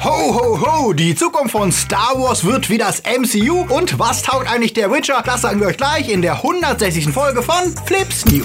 Ho, ho, ho, die Zukunft von Star Wars wird wie das MCU. Und was taugt eigentlich der Witcher? Das sagen wir euch gleich in der 160. Folge von Flips News.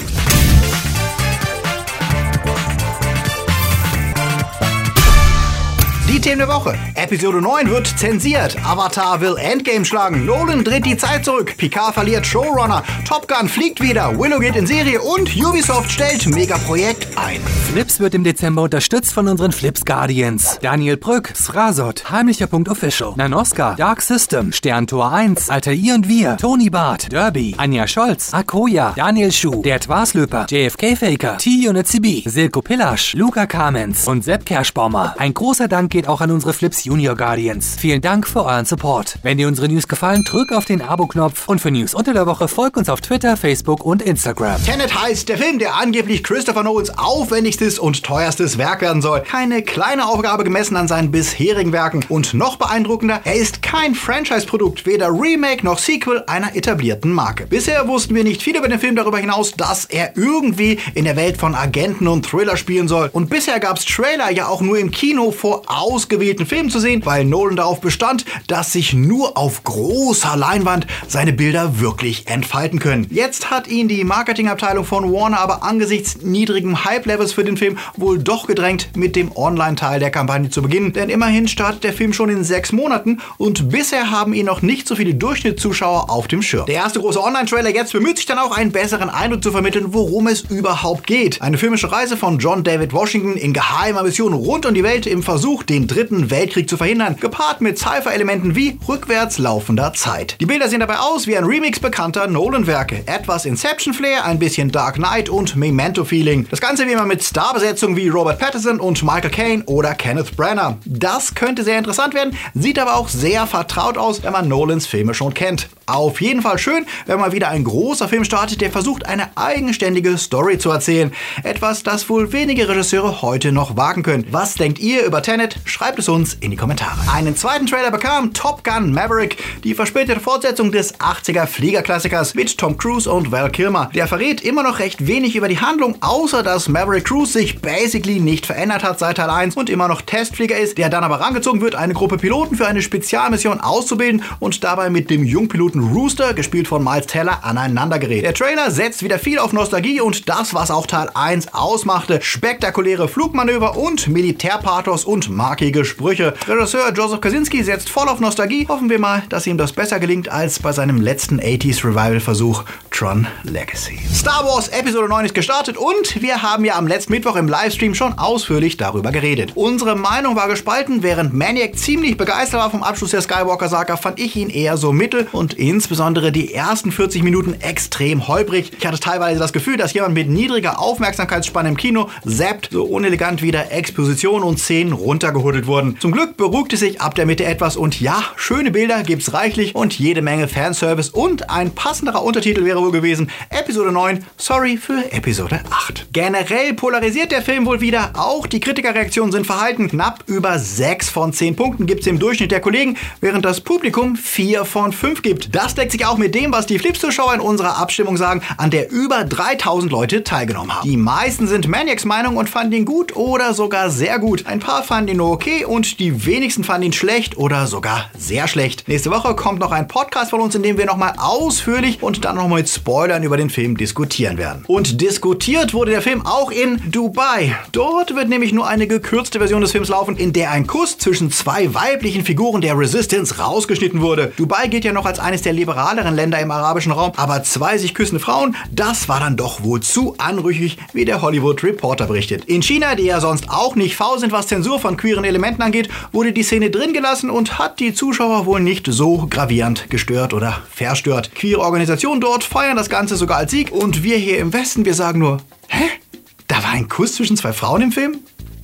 Die Themen der Woche. Episode 9 wird zensiert. Avatar will Endgame schlagen. Nolan dreht die Zeit zurück. Picard verliert Showrunner. Top Gun fliegt wieder. Willow geht in Serie und Ubisoft stellt Megaprojekt ein. Flips wird im Dezember unterstützt von unseren Flips Guardians. Daniel Brück, Srasot, Heimlicher.official, Nanoska, Dark System, Sterntor 1, Alter I und Wir, Tony Barth, Derby, Anja Scholz, Akoya, Daniel Schuh, der Twaslöper, JFK Faker, T-Unit CB, Silko Pillasch, Luca Kamens und Sepp Kerschbaumer. Ein großer Dank geht auch an unsere Flips Junior Guardians. Vielen Dank für euren Support. Wenn dir unsere News gefallen, drück auf den Abo-Knopf und für News unter der Woche folgt uns auf Twitter, Facebook und Instagram. Tenet heißt der Film, der angeblich Christopher Nolans aufwendigstes und teuerstes Werk werden soll. Keine kleine Aufgabe gemessen an seinen bisherigen Werken. Und noch beeindruckender, er ist kein Franchise-Produkt, weder Remake noch Sequel einer etablierten Marke. Bisher wussten wir nicht viel über den Film darüber hinaus, dass er irgendwie in der Welt von Agenten und Thriller spielen soll. Und bisher gab es Trailer ja auch nur im Kino vor ausgewählten Filmen zu sehen, weil Nolan darauf bestand, dass sich nur auf großer Leinwand seine Bilder wirklich entfalten können. Jetzt hat ihn die Marketingabteilung von Warner aber angesichts niedrigem Hype-Levels für den Film wohl doch gedrängt, mit dem Online-Teil der Kampagne zu beginnen, denn immerhin startet der Film schon in 6 Monaten und bisher haben ihn noch nicht so viele Durchschnittszuschauer auf dem Schirm. Der erste große Online-Trailer jetzt bemüht sich dann auch, einen besseren Eindruck zu vermitteln, worum es überhaupt geht. Eine filmische Reise von John David Washington in geheimer Mission rund um die Welt im Versuch, den Dritten Weltkrieg zu verhindern, gepaart mit Sci-Fi-Elementen wie rückwärts laufender Zeit. Die Bilder sehen dabei aus wie ein Remix bekannter Nolan-Werke. Etwas Inception-Flair, ein bisschen Dark Knight und Memento-Feeling. Das Ganze wie immer mit Starbesetzungen wie Robert Pattinson und Michael Caine oder Kenneth Branagh. Das könnte sehr interessant werden, sieht aber auch sehr vertraut aus, wenn man Nolans Filme schon kennt. Auf jeden Fall schön, wenn mal wieder ein großer Film startet, der versucht, eine eigenständige Story zu erzählen. Etwas, das wohl wenige Regisseure heute noch wagen können. Was denkt ihr über Tenet? Schreibt es uns in die Kommentare. Einen zweiten Trailer bekam Top Gun Maverick, die verspätete Fortsetzung des 80er Fliegerklassikers mit Tom Cruise und Val Kilmer. Der verrät immer noch recht wenig über die Handlung, außer dass Maverick Cruise sich basically nicht verändert hat seit Teil 1 und immer noch Testflieger ist, der dann aber rangezogen wird, eine Gruppe Piloten für eine Spezialmission auszubilden und dabei mit dem Jungpiloten Rooster, gespielt von Miles Teller, aneinander gerät. Der Trailer setzt wieder viel auf Nostalgie und das, was auch Teil 1 ausmachte. Spektakuläre Flugmanöver und Militärpathos und markige Sprüche. Regisseur Joseph Kosinski setzt voll auf Nostalgie. Hoffen wir mal, dass ihm das besser gelingt als bei seinem letzten 80s Revival-Versuch Tron Legacy. Star Wars Episode 9 ist gestartet und wir haben ja am letzten Mittwoch im Livestream schon ausführlich darüber geredet. Unsere Meinung war gespalten. Während Maniac ziemlich begeistert war vom Abschluss der Skywalker-Saga, fand ich ihn eher so mittel und insbesondere die ersten 40 Minuten extrem holprig. Ich hatte teilweise das Gefühl, dass jemand mit niedriger Aufmerksamkeitsspanne im Kino zappt, so unelegant wieder Exposition und Szenen runtergehuddelt wurden. Zum Glück beruhigte sich ab der Mitte etwas und ja, schöne Bilder gibt's reichlich und jede Menge Fanservice und ein passenderer Untertitel wäre wohl gewesen: Episode 9, sorry für Episode 8. Generell polarisiert der Film wohl wieder, auch die Kritikerreaktionen sind verhalten. Knapp über 6 von 10 Punkten gibt's im Durchschnitt der Kollegen, während das Publikum 4 von 5 gibt. Das deckt sich auch mit dem, was die Flips-Zuschauer in unserer Abstimmung sagen, an der über 3000 Leute teilgenommen haben. Die meisten sind Maniacs Meinung und fanden ihn gut oder sogar sehr gut. Ein paar fanden ihn nur okay und die wenigsten fanden ihn schlecht oder sogar sehr schlecht. Nächste Woche kommt noch ein Podcast von uns, in dem wir nochmal ausführlich und dann nochmal mit Spoilern über den Film diskutieren werden. Und diskutiert wurde der Film auch in Dubai. Dort wird nämlich nur eine gekürzte Version des Films laufen, in der ein Kuss zwischen 2 weiblichen Figuren der Resistance rausgeschnitten wurde. Dubai gilt ja noch als eines der liberaleren Länder im arabischen Raum, aber 2 sich küssende Frauen, das war dann doch wohl zu anrüchig, wie der Hollywood Reporter berichtet. In China, die ja sonst auch nicht faul sind, was Zensur von queeren Elementen angeht, wurde die Szene drin gelassen und hat die Zuschauer wohl nicht so gravierend gestört oder verstört. Queere Organisationen dort feiern das Ganze sogar als Sieg und wir hier im Westen, wir sagen nur, hä? Da war ein Kuss zwischen 2 Frauen im Film?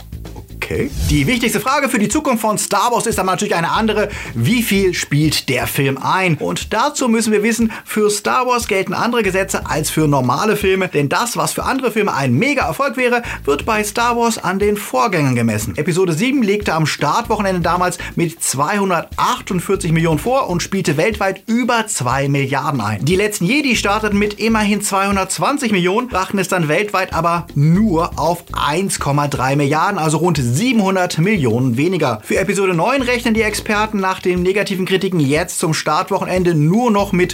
Okay. Die wichtigste Frage für die Zukunft von Star Wars ist aber natürlich eine andere. Wie viel spielt der Film ein? Und dazu müssen wir wissen, für Star Wars gelten andere Gesetze als für normale Filme. Denn das, was für andere Filme ein Mega-Erfolg wäre, wird bei Star Wars an den Vorgängern gemessen. Episode 7 legte am Startwochenende damals mit 248 Millionen vor und spielte weltweit über 2 Milliarden ein. Die letzten Jedi starteten mit immerhin 220 Millionen, brachten es dann weltweit aber nur auf 1,3 Milliarden, also rund 700 Millionen weniger. Für Episode 9 rechnen die Experten nach den negativen Kritiken jetzt zum Startwochenende nur noch mit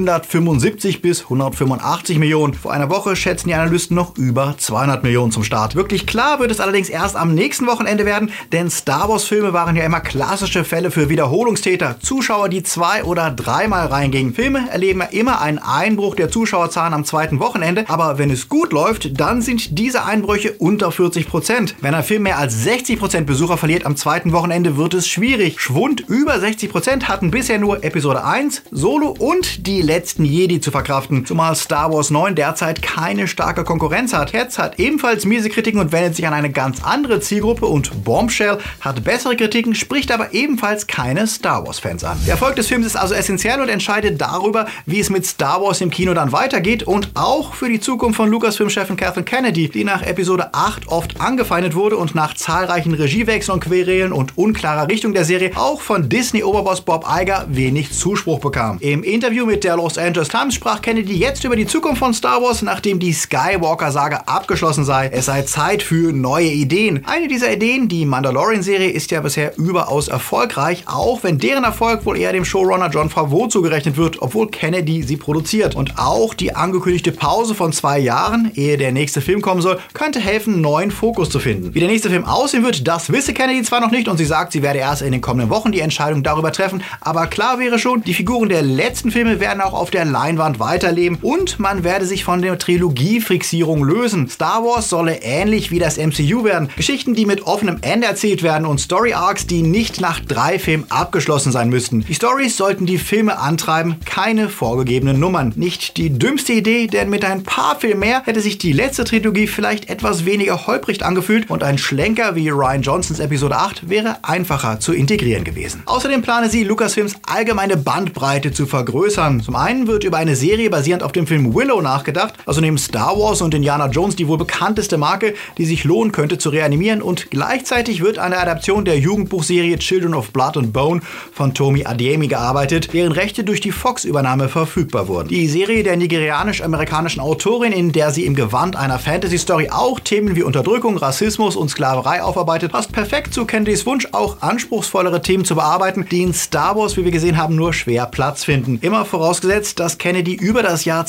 175 bis 185 Millionen. Vor einer Woche schätzen die Analysten noch über 200 Millionen zum Start. Wirklich klar wird es allerdings erst am nächsten Wochenende werden, denn Star Wars Filme waren ja immer klassische Fälle für Wiederholungstäter. Zuschauer, die 2- oder 3-mal reingingen. Filme erleben ja immer einen Einbruch der Zuschauerzahlen am zweiten Wochenende, aber wenn es gut läuft, dann sind diese Einbrüche unter 40%. Wenn ein Film mehr als 60% Besucher verliert am zweiten Wochenende, wird es schwierig. Schwund über 60% hatten bisher nur Episode 1, Solo und Die letzten Jedi zu verkraften, zumal Star Wars 9 derzeit keine starke Konkurrenz hat. Cats hat ebenfalls miese Kritiken und wendet sich an eine ganz andere Zielgruppe und Bombshell hat bessere Kritiken, spricht aber ebenfalls keine Star Wars Fans an. Der Erfolg des Films ist also essentiell und entscheidet darüber, wie es mit Star Wars im Kino dann weitergeht und auch für die Zukunft von Lucasfilm-Chefin Kathleen Kennedy, die nach Episode 8 oft angefeindet wurde und nach zahlreichen Regiewechseln und Querelen und unklarer Richtung der Serie auch von Disney-Oberboss Bob Iger wenig Zuspruch bekam. Im Interview mit der Los Angeles Times sprach Kennedy jetzt über die Zukunft von Star Wars, nachdem die Skywalker-Saga abgeschlossen sei. Es sei Zeit für neue Ideen. Eine dieser Ideen, die Mandalorian-Serie, ist ja bisher überaus erfolgreich, auch wenn deren Erfolg wohl eher dem Showrunner Jon Favreau zugerechnet wird, obwohl Kennedy sie produziert. Und auch die angekündigte Pause von 2 Jahren, ehe der nächste Film kommen soll, könnte helfen, neuen Fokus zu finden. Wie der nächste Film aussehen wird, das wisse Kennedy zwar noch nicht und sie sagt, sie werde erst in den kommenden Wochen die Entscheidung darüber treffen, aber klar wäre schon, die Figuren der letzten Filme werden auch auf der Leinwand weiterleben und man werde sich von der Trilogie-Fixierung lösen. Star Wars solle ähnlich wie das MCU werden. Geschichten, die mit offenem Ende erzählt werden und Story-Arcs, die nicht nach 3 Filmen abgeschlossen sein müssten. Die Storys sollten die Filme antreiben, keine vorgegebenen Nummern. Nicht die dümmste Idee, denn mit ein paar Filmen mehr hätte sich die letzte Trilogie vielleicht etwas weniger holprig angefühlt und ein Schlenker wie Rian Johnsons Episode 8 wäre einfacher zu integrieren gewesen. Außerdem plane sie, Lucasfilms allgemeine Bandbreite zu vergrößern. Zum einen wird über eine Serie basierend auf dem Film Willow nachgedacht, also neben Star Wars und Indiana Jones die wohl bekannteste Marke, die sich lohnen könnte zu reanimieren, und gleichzeitig wird an der Adaption der Jugendbuchserie Children of Blood and Bone von Tomi Adeyemi gearbeitet, deren Rechte durch die Fox-Übernahme verfügbar wurden. Die Serie der nigerianisch-amerikanischen Autorin, in der sie im Gewand einer Fantasy-Story auch Themen wie Unterdrückung, Rassismus und Sklaverei aufarbeitet, passt perfekt zu Kennedys Wunsch, auch anspruchsvollere Themen zu bearbeiten, die in Star Wars, wie wir gesehen haben, nur schwer Platz finden. Immer vorausgesetzt, dass Kennedy über das Jahr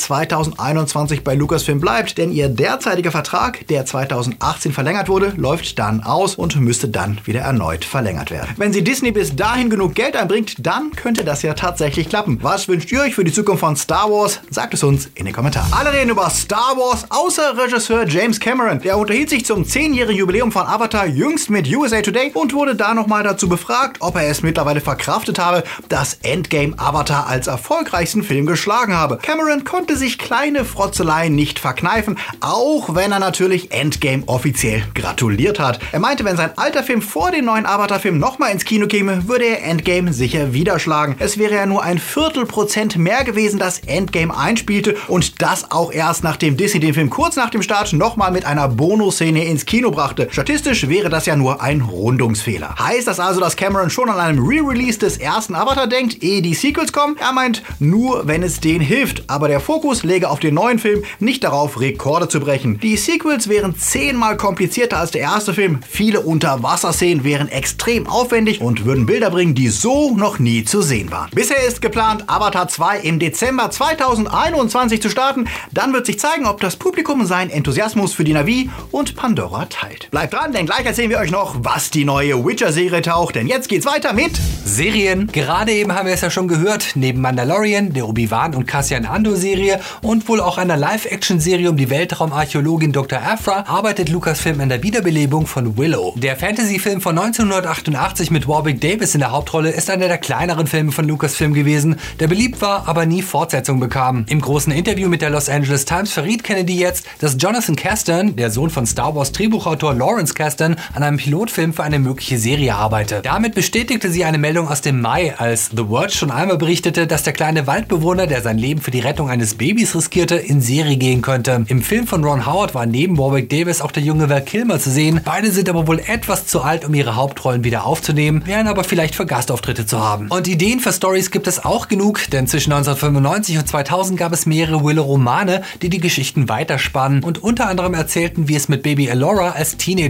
2021 bei Lucasfilm bleibt, denn ihr derzeitiger Vertrag, der 2018 verlängert wurde, läuft dann aus und müsste dann wieder erneut verlängert werden. Wenn sie Disney bis dahin genug Geld einbringt, dann könnte das ja tatsächlich klappen. Was wünscht ihr euch für die Zukunft von Star Wars? Sagt es uns in den Kommentaren. Alle reden über Star Wars, außer Regisseur James Cameron. Der unterhielt sich zum 10-jährigen Jubiläum von Avatar jüngst mit USA Today und wurde da nochmal dazu befragt, ob er es mittlerweile verkraftet habe, dass Endgame Avatar als erfolgreichsten Film geschlagen habe. Cameron konnte sich kleine Frotzeleien nicht verkneifen, auch wenn er natürlich Endgame offiziell gratuliert hat. Er meinte, wenn sein alter Film vor dem neuen Avatar-Film nochmal ins Kino käme, würde er Endgame sicher wieder schlagen. Es wäre ja nur ein Viertelprozent mehr gewesen, das Endgame einspielte, und das auch erst nachdem Disney den Film kurz nach dem Start nochmal mit einer Bonusszene ins Kino brachte. Statistisch wäre das ja nur ein Rundungsfehler. Heißt das also, dass Cameron schon an einem Re-Release des ersten Avatar denkt, ehe die Sequels kommen? Er meint, nur wenn es denen hilft, aber der Fokus läge auf den neuen Film, nicht darauf, Rekorde zu brechen. Die Sequels wären 10-mal komplizierter als der erste Film. Viele Unterwasserszenen wären extrem aufwendig und würden Bilder bringen, die so noch nie zu sehen waren. Bisher ist geplant, Avatar 2 im Dezember 2021 zu starten. Dann wird sich zeigen, ob das Publikum seinen Enthusiasmus für die Na'vi und Pandora teilt. Bleibt dran, denn gleich erzählen wir euch noch, was die neue Witcher-Serie taucht. Denn jetzt geht's weiter mit Serien. Gerade eben haben wir es ja schon gehört, neben Mandalorian, der Obi-Wan und Cassian Andor-Serie und wohl auch einer Live-Action-Serie um die Weltraumarchäologin Dr. Aphra arbeitet Lucasfilm an der Wiederbelebung von Willow. Der Fantasy-Film von 1988 mit Warwick Davis in der Hauptrolle ist einer der kleineren Filme von Lucasfilm gewesen, der beliebt war, aber nie Fortsetzung bekam. Im großen Interview mit der Los Angeles Times verriet Kennedy jetzt, dass Jonathan Kasdan, der Sohn von Star Wars Drehbuchautor Lawrence Kasdan, an einem Pilotfilm für eine mögliche Serie arbeite. Damit bestätigte sie eine Meldung aus dem Mai, als The Verge schon einmal berichtete, dass der kleine Waldbewohner, der sein Leben für die Rettung eines Babys riskierte, in Serie gehen könnte. Im Film von Ron Howard war neben Warwick Davis auch der junge Val Kilmer zu sehen. Beide sind aber wohl etwas zu alt, um ihre Hauptrollen wieder aufzunehmen, wären aber vielleicht für Gastauftritte zu haben. Und Ideen für Storys gibt es auch genug, denn zwischen 1995 und 2000 gab es mehrere Willow-Romane, die die Geschichten weiterspannen und unter anderem erzählten, wie es mit Baby Elora als Teenager weitergeht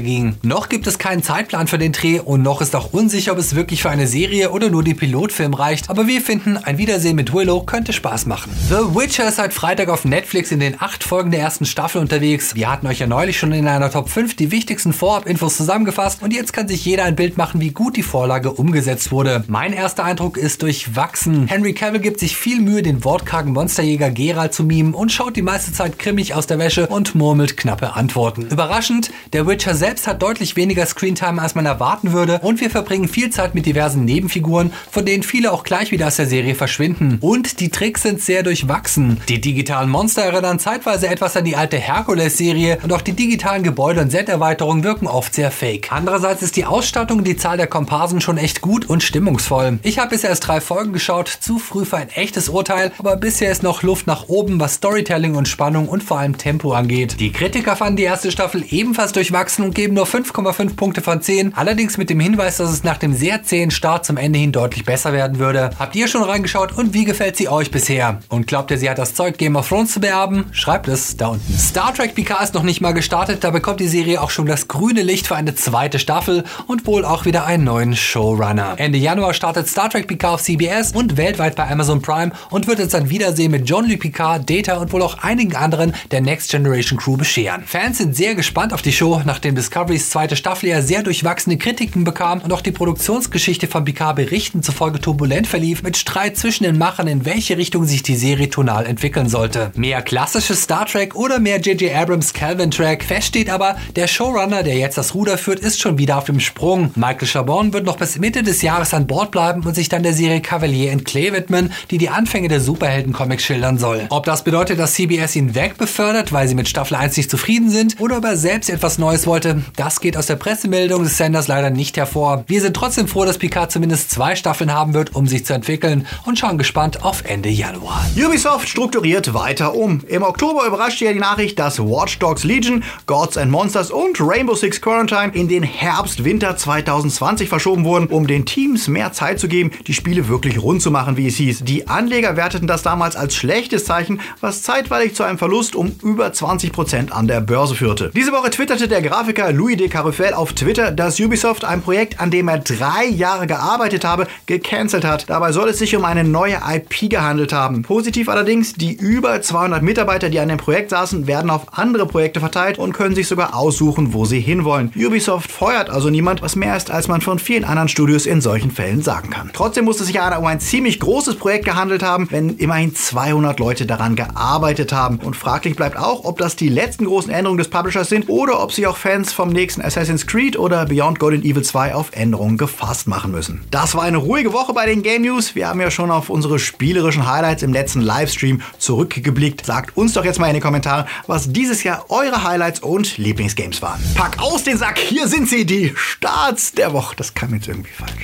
ging. Noch gibt es keinen Zeitplan für den Dreh und noch ist auch unsicher, ob es wirklich für eine Serie oder nur den Pilotfilm reicht, aber wir finden, ein Wiedersehen mit Willow könnte Spaß machen. The Witcher ist seit Freitag auf Netflix in den 8 Folgen der ersten Staffel unterwegs. Wir hatten euch ja neulich schon in einer Top 5 die wichtigsten Vorab-Infos zusammengefasst und jetzt kann sich jeder ein Bild machen, wie gut die Vorlage umgesetzt wurde. Mein erster Eindruck ist durchwachsen. Henry Cavill gibt sich viel Mühe, den wortkargen Monsterjäger Geralt zu mimen und schaut die meiste Zeit grimmig aus der Wäsche und murmelt knappe Antworten. Überraschend, der Witcher selbst hat deutlich weniger Screentime, als man erwarten würde und wir verbringen viel Zeit mit diversen Nebenfiguren, von denen viele auch gleich wieder aus der Serie verschwinden. Und die Tricks sind sehr durchwachsen. Die digitalen Monster erinnern zeitweise etwas an die alte Herkules-Serie und auch die digitalen Gebäude und Set-Erweiterungen wirken oft sehr fake. Andererseits ist die Ausstattung und die Zahl der Komparsen schon echt gut und stimmungsvoll. Ich habe bisher erst 3 Folgen geschaut, zu früh für ein echtes Urteil, aber bisher ist noch Luft nach oben, was Storytelling und Spannung und vor allem Tempo angeht. Die Kritiker fanden die erste Staffel ebenfalls durchwachsen und geben nur 5,5 Punkte von 10, allerdings mit dem Hinweis, dass es nach dem sehr zähen Start zum Ende hin deutlich besser werden würde. Habt ihr schon reingeschaut und wie gefällt sie euch bisher? Und glaubt ihr, sie hat das Zeug, Game of Thrones zu beerben? Schreibt es da unten. Star Trek Picard ist noch nicht mal gestartet, da bekommt die Serie auch schon das grüne Licht für eine zweite Staffel und wohl auch wieder einen neuen Showrunner. Ende Januar startet Star Trek Picard auf CBS und weltweit bei Amazon Prime und wird uns ein Wiedersehen mit Jean-Luc Picard, Data und wohl auch einigen anderen der Next Generation Crew bescheren. Fans sind sehr gespannt auf die Show, nachdem Discoverys zweite Staffel ja sehr durchwachsene Kritiken bekam und auch die Produktionsgeschichte von Picard Berichten zufolge turbulent verlief, mit Streit zwischen den Machern, in welche Richtung sich die Serie tonal entwickeln sollte. Mehr klassisches Star Trek oder mehr J.J. Abrams Calvin Track? Fest steht aber, der Showrunner, der jetzt das Ruder führt, ist schon wieder auf dem Sprung. Michael Chabon wird noch bis Mitte des Jahres an Bord bleiben und sich dann der Serie Cavalier and Clay widmen, die Anfänge der Superhelden-Comics schildern soll. Ob das bedeutet, dass CBS ihn wegbefördert, weil sie mit Staffel 1 nicht zufrieden sind, oder ob er selbst etwas Neues wollte, das geht aus der Pressemeldung des Senders leider nicht hervor. Wir sind trotzdem froh, dass Picard zumindest 2 Staffeln haben wird, um sich zu entwickeln und schauen gespannt auf Ende Januar. Ubisoft strukturiert weiter um. Im Oktober überraschte ja die Nachricht, dass Watch Dogs Legion, Gods and Monsters und Rainbow Six Quarantine in den Herbst-Winter 2020 verschoben wurden, um den Teams mehr Zeit zu geben, die Spiele wirklich rund zu machen, wie es hieß. Die Anleger werteten das damals als schlechtes Zeichen, was zeitweilig zu einem Verlust um über 20% an der Börse führte. Diese Woche twitterte der Grafiker Louis de Carufel auf Twitter, dass Ubisoft ein Projekt, an dem er 3 Jahre gearbeitet habe, gecancelt hat. Dabei soll es sich um eine neue IP gehandelt haben. Positiv allerdings, die über 200 Mitarbeiter, die an dem Projekt saßen, werden auf andere Projekte verteilt und können sich sogar aussuchen, wo sie hinwollen. Ubisoft feuert also niemand, was mehr ist, als man von vielen anderen Studios in solchen Fällen sagen kann. Trotzdem muss es sich ja um ein ziemlich großes Projekt gehandelt haben, wenn immerhin 200 Leute daran gearbeitet haben. Und fraglich bleibt auch, ob das die letzten großen Änderungen des Publishers sind oder ob sich auch Fans vom nächsten Assassin's Creed oder Beyond Good and Evil 2 auf Änderungen gefasst machen müssen. Das war eine ruhige Woche bei den Game News. Wir haben ja schon auf unsere spielerischen Highlights im letzten Livestream zurückgeblickt. Sagt uns doch jetzt mal in den Kommentaren, was dieses Jahr eure Highlights und Lieblingsgames waren. Pack aus den Sack, hier sind sie, die Starts der Woche. Das kam jetzt irgendwie falsch.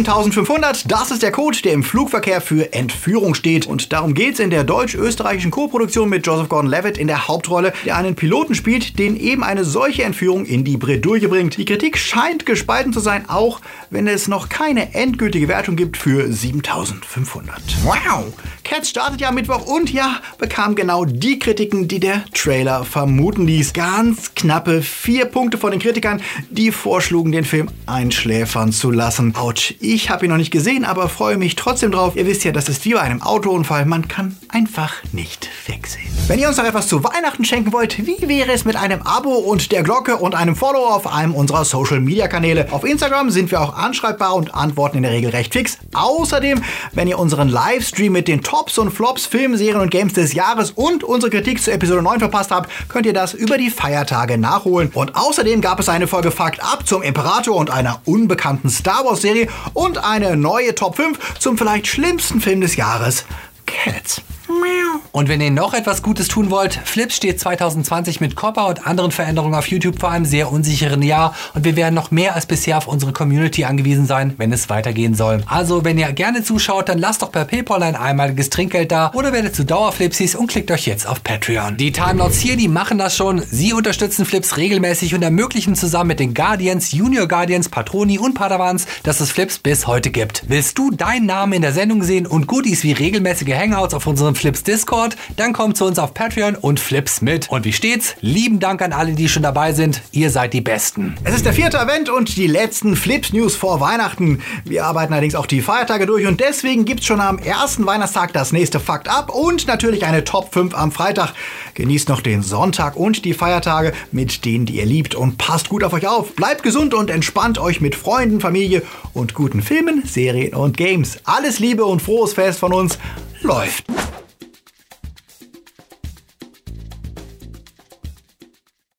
7500, das ist der Code, der im Flugverkehr für Entführung steht. Und darum geht's in der deutsch-österreichischen Co-Produktion mit Joseph Gordon-Levitt in der Hauptrolle, der einen Piloten spielt, den eben eine solche Entführung in die Bredouille bringt. Die Kritik scheint gespalten zu sein, auch wenn es noch keine endgültige Wertung gibt für 7500. Wow! Cats startet ja am Mittwoch und ja, bekam genau die Kritiken, die der Trailer vermuten ließ. Ganz knappe 4 Punkte von den Kritikern, die vorschlugen, den Film einschläfern zu lassen. Autsch, ich habe ihn noch nicht gesehen, aber freue mich trotzdem drauf. Ihr wisst ja, das ist wie bei einem Autounfall, man kann einfach nicht wegsehen. Wenn ihr uns noch etwas zu Weihnachten schenken wollt, wie wäre es mit einem Abo und der Glocke und einem Follow auf einem unserer Social-Media-Kanäle? Auf Instagram sind wir auch anschreibbar und antworten in der Regel recht fix. Außerdem, wenn ihr unseren Livestream mit den Tops und Flops, Filmen, Serien und Games des Jahres und unsere Kritik zu Episode 9 verpasst habt, könnt ihr das über die Feiertage nachholen. Und außerdem gab es eine Folge Fakt ab zum Imperator und einer unbekannten Star Wars Serie und eine neue Top 5 zum vielleicht schlimmsten Film des Jahres, Cats. Und wenn ihr noch etwas Gutes tun wollt, Flips steht 2020 mit Copper und anderen Veränderungen auf YouTube vor einem sehr unsicheren Jahr und wir werden noch mehr als bisher auf unsere Community angewiesen sein, wenn es weitergehen soll. Also, wenn ihr gerne zuschaut, dann lasst doch per PayPal ein einmaliges Trinkgeld da oder werdet zu Dauerflipsies und klickt euch jetzt auf Patreon. Die Timelords hier, die machen das schon. Sie unterstützen Flips regelmäßig und ermöglichen zusammen mit den Guardians, Junior Guardians, Patroni und Padawans, dass es Flips bis heute gibt. Willst du deinen Namen in der Sendung sehen und Goodies wie regelmäßige Hangouts auf unserem Flips Discord Discord, dann kommt zu uns auf Patreon und Flips mit. Und wie steht's? Lieben Dank an alle, die schon dabei sind. Ihr seid die Besten. Es ist der 4. Advent und die letzten Flips-News vor Weihnachten. Wir arbeiten allerdings auch die Feiertage durch und deswegen gibt's schon am ersten Weihnachtstag das nächste Fakt ab und natürlich eine Top 5 am Freitag. Genießt noch den Sonntag und die Feiertage mit denen, die ihr liebt und passt gut auf euch auf. Bleibt gesund und entspannt euch mit Freunden, Familie und guten Filmen, Serien und Games. Alles Liebe und frohes Fest von uns. Läuft.